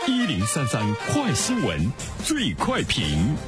1033快新闻最快评。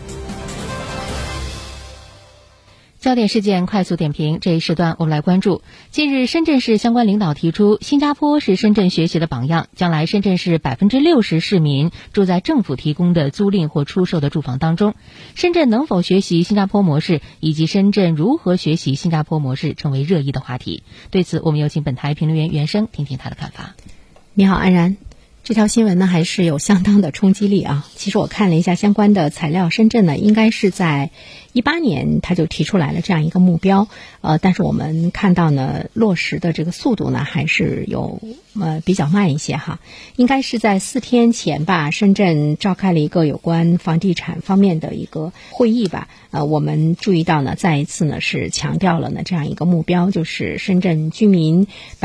焦点事件快速点评，这一时段我们来关注。近日，深圳市相关领导提出，新加坡是深圳学习的榜样，将来深圳市60%市民住在政府提供的租赁或出售的住房当中。深圳能否学习新加坡模式，以及深圳如何学习新加坡模式，成为热议的话题。对此，我们有请本台评论员袁生听听他的看法。 你好，安然。这条新闻呢还是有相当的冲击力啊。其实我看了一下相关的材料，深圳呢应该是在18年他就提出来了这样一个目标，但是我们看到呢落实的这个速度呢还是有比较慢一些哈。应该是在4天前吧，深圳召开了一个有关房地产方面的一个会议吧。我们注意到呢再一次呢是强调了呢这样一个目标，就是深圳居民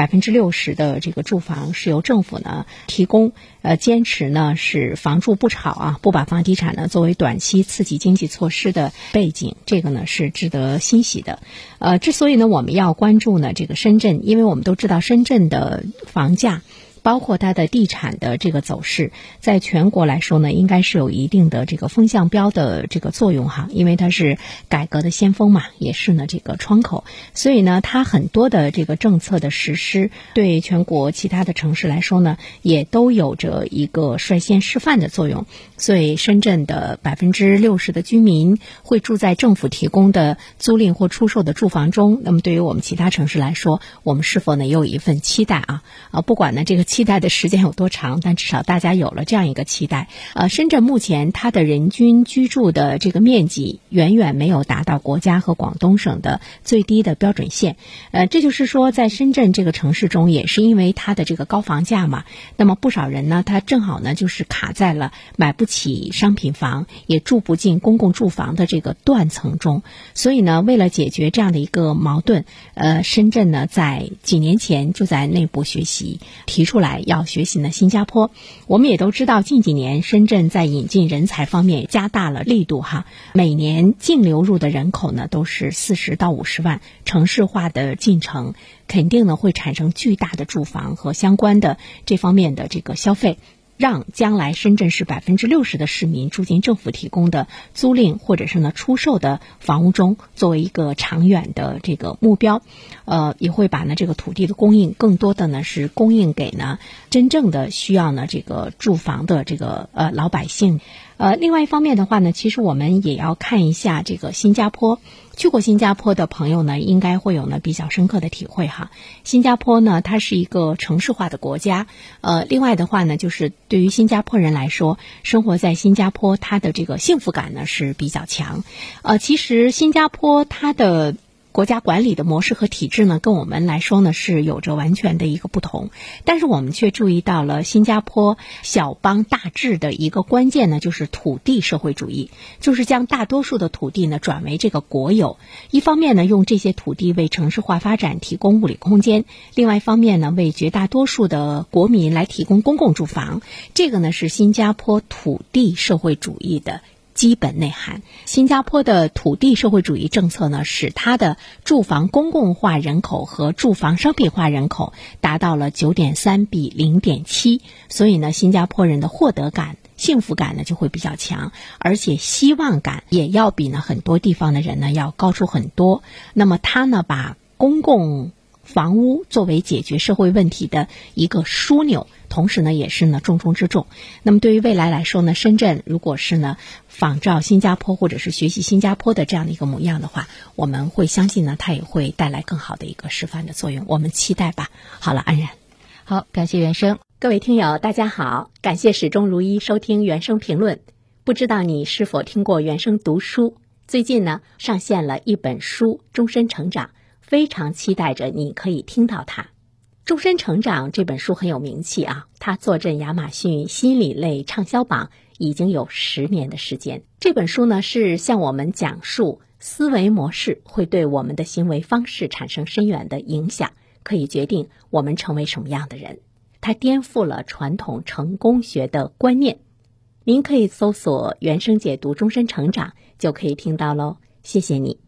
60%的这个住房是由政府呢提供，坚持呢是房住不炒啊，不把房地产呢作为短期刺激经济措施的背景，这个呢是值得欣喜的。之所以呢我们要关注呢这个深圳，因为我们都知道深圳的房价包括它的地产的这个走势，在全国来说呢，应该是有一定的这个风向标的这个作用哈，因为它是改革的先锋嘛，也是呢这个窗口，所以呢，它很多的这个政策的实施，对全国其他的城市来说呢，也都有着一个率先示范的作用。所以，深圳的60%的居民会住在政府提供的租赁或出售的住房中。那么，对于我们其他城市来说，我们是否呢也有一份期待啊？不管呢这个期待的时间有多长，但至少大家有了这样一个期待。深圳目前它的人均居住的这个面积远远没有达到国家和广东省的最低的标准线。这就是说，在深圳这个城市中，也是因为它的这个高房价嘛，那么不少人呢，他正好呢就是卡在了买不起商品房，也住不进公共住房的这个断层中。所以呢，为了解决这样的一个矛盾，深圳呢在几年前就在内部学习提出来要学习呢新加坡。我们也都知道，近几年深圳在引进人才方面加大了力度哈，每年净流入的人口呢都是40到50万，城市化的进程肯定呢会产生巨大的住房和相关的这方面的这个消费，让将来深圳市60%的市民住进政府提供的租赁或者是呢出售的房屋中，作为一个长远的这个目标，也会把呢这个土地的供应更多的呢是供应给呢真正的需要呢这个住房的这个老百姓。另外一方面的话呢，其实我们也要看一下这个新加坡。去过新加坡的朋友呢，应该会有呢比较深刻的体会哈。新加坡呢，它是一个城市化的国家。另外的话呢，就是对于新加坡人来说，生活在新加坡，它的这个幸福感呢是比较强。其实新加坡它的国家管理的模式和体制呢，跟我们来说呢是有着完全的一个不同，但是我们却注意到了新加坡小邦大治的一个关键呢，就是土地社会主义，就是将大多数的土地呢转为这个国有。一方面呢，用这些土地为城市化发展提供物理空间；另外一方面呢，为绝大多数的国民来提供公共住房。这个呢是新加坡土地社会主义的基本内涵。新加坡的土地社会主义政策呢，使它的住房公共化人口和住房商品化人口达到了9.3比0.7，所以呢，新加坡人的获得感、幸福感呢就会比较强，而且希望感也要比呢很多地方的人呢要高出很多。那么他呢把公共房屋作为解决社会问题的一个枢纽，同时呢也是呢重中之重。那么对于未来来说呢，深圳如果是呢仿照新加坡或者是学习新加坡的这样的一个模样的话，我们会相信呢它也会带来更好的一个示范的作用，我们期待吧。好了，安然。 好，感谢袁生。 各位听友大家好，感谢始终如一收听原声评论。不知道你是否听过原声读书，最近呢上线了一本书《终身成长》，非常期待着你可以听到它。《终身成长》这本书很有名气啊，它坐镇亚马逊心理类畅销榜已经有10年的时间。这本书呢是向我们讲述思维模式会对我们的行为方式产生深远的影响，可以决定我们成为什么样的人。它颠覆了传统成功学的观念。您可以搜索原声解读《终身成长》就可以听到喽。谢谢你。